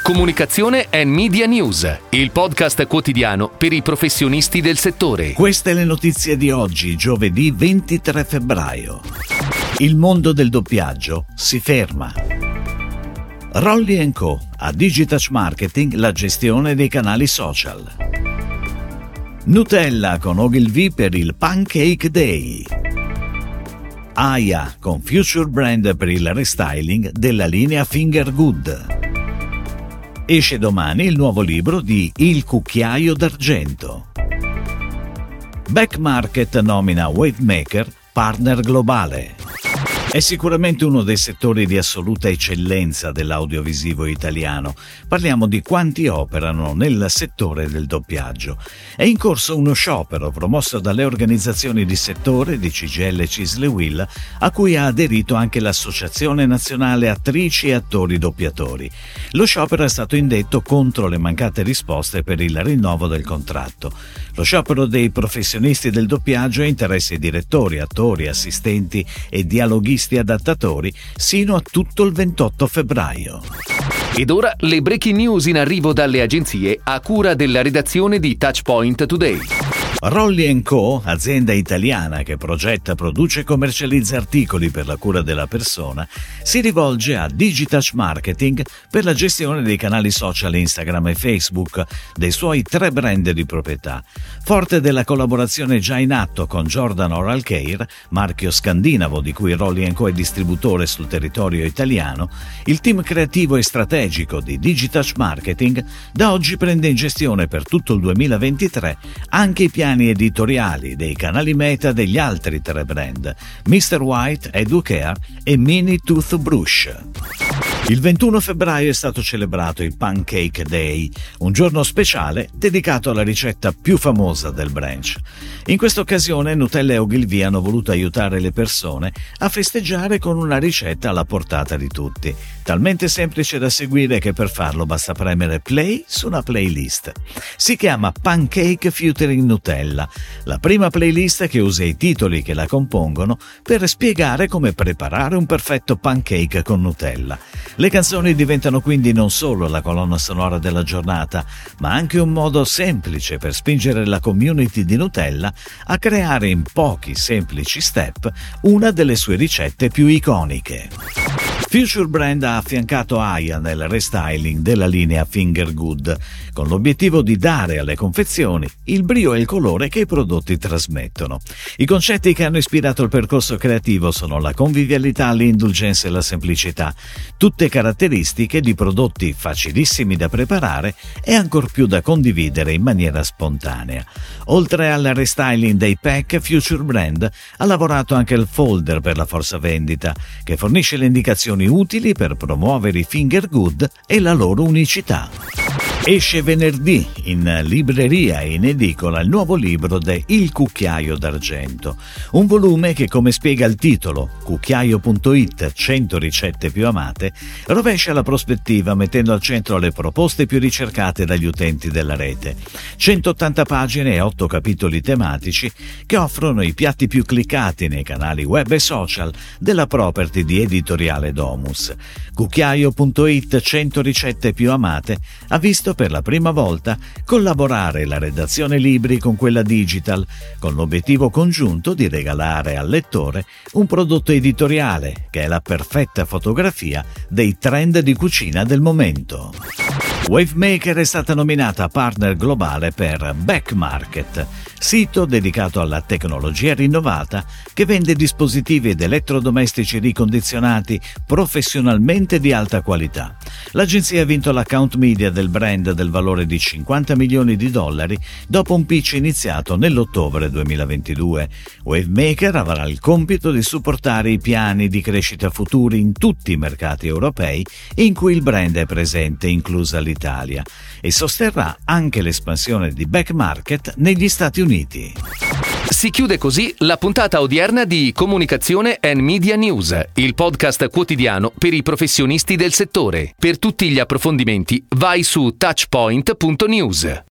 Comunicazione and Media News, il podcast quotidiano per i professionisti del settore. Queste le notizie di oggi, giovedì 23 febbraio. Il mondo del doppiaggio si ferma. Rolly & Co. a Digitouch Marketing la gestione dei canali social. Nutella con Ogilvy per il Pancake Day. Aya con Future Brand per il restyling della linea Finger Good. Esce domani il nuovo libro di Il Cucchiaio d'Argento. Back Market nomina Wavemaker partner globale. È sicuramente uno dei settori di assoluta eccellenza dell'audiovisivo italiano. Parliamo di quanti operano nel settore del doppiaggio. È in corso uno sciopero promosso dalle organizzazioni di settore di CGIL e CISL-UIL, a cui ha aderito anche l'Associazione Nazionale Attrici e Attori Doppiatori. Lo sciopero è stato indetto contro le mancate risposte per il rinnovo del contratto. Lo sciopero dei professionisti del doppiaggio interessa i direttori, attori, assistenti e dialoghisti adattatori sino a tutto il 28 febbraio. Ed ora le breaking news in arrivo dalle agenzie a cura della redazione di Touchpoint Today. Rolly & Co., azienda italiana che progetta, produce e commercializza articoli per la cura della persona, si rivolge a Digitouch Marketing per la gestione dei canali social Instagram e Facebook dei suoi 3 brand di proprietà. Forte della collaborazione già in atto con Jordan Oral Care, marchio scandinavo di cui Rolly & Co. è distributore sul territorio italiano, il team creativo e strategico di Digitouch Marketing da oggi prende in gestione per tutto il 2023 anche i piani editoriali dei canali meta degli altri 3 brand, Mr. White, Educare e Mini Toothbrush. Il 21 febbraio è stato celebrato il Pancake Day, un giorno speciale dedicato alla ricetta più famosa del brunch. In questa occasione Nutella e Ogilvy hanno voluto aiutare le persone a festeggiare con una ricetta alla portata di tutti, talmente semplice da seguire che per farlo basta premere play su una playlist. Si chiama Pancake Featuring Nutella, la prima playlist che usa i titoli che la compongono per spiegare come preparare un perfetto pancake con Nutella. Le canzoni diventano quindi non solo la colonna sonora della giornata, ma anche un modo semplice per spingere la community di Nutella a creare in pochi semplici step una delle sue ricette più iconiche. Future Brand ha affiancato Aya nel restyling della linea Finger Good, con l'obiettivo di dare alle confezioni il brio e il colore che i prodotti trasmettono. I concetti che hanno ispirato il percorso creativo sono la convivialità, l'indulgenza e la semplicità, tutte caratteristiche di prodotti facilissimi da preparare e ancor più da condividere in maniera spontanea. Oltre al restyling dei pack, Future Brand ha lavorato anche al folder per la forza vendita, che fornisce le indicazioni utili per promuovere i Finger Good e la loro unicità. Esce venerdì in libreria e in edicola il nuovo libro de Il Cucchiaio d'Argento, un volume che, come spiega il titolo, Cucchiaio.it 100 ricette più amate, rovescia la prospettiva mettendo al centro le proposte più ricercate dagli utenti della rete. 180 pagine e 8 capitoli tematici che offrono i piatti più cliccati nei canali web e social della property di Editoriale Domus. Cucchiaio.it 100 ricette più amate ha visto per la prima volta collaborare la redazione libri con quella digital, con l'obiettivo congiunto di regalare al lettore un prodotto editoriale che è la perfetta fotografia dei trend di cucina del momento. Wavemaker è stata nominata partner globale per Back Market, sito dedicato alla tecnologia rinnovata che vende dispositivi ed elettrodomestici ricondizionati professionalmente di alta qualità. L'agenzia ha vinto l'account media del brand del valore di $50 milioni dopo un pitch iniziato nell'ottobre 2022. Wavemaker avrà il compito di supportare i piani di crescita futuri in tutti i mercati europei in cui il brand è presente, inclusa l'Italia, e sosterrà anche l'espansione di Back Market negli Stati Uniti. Si chiude così la puntata odierna di Comunicazione and Media News, il podcast quotidiano per i professionisti del settore. Per tutti gli approfondimenti vai su touchpoint.news.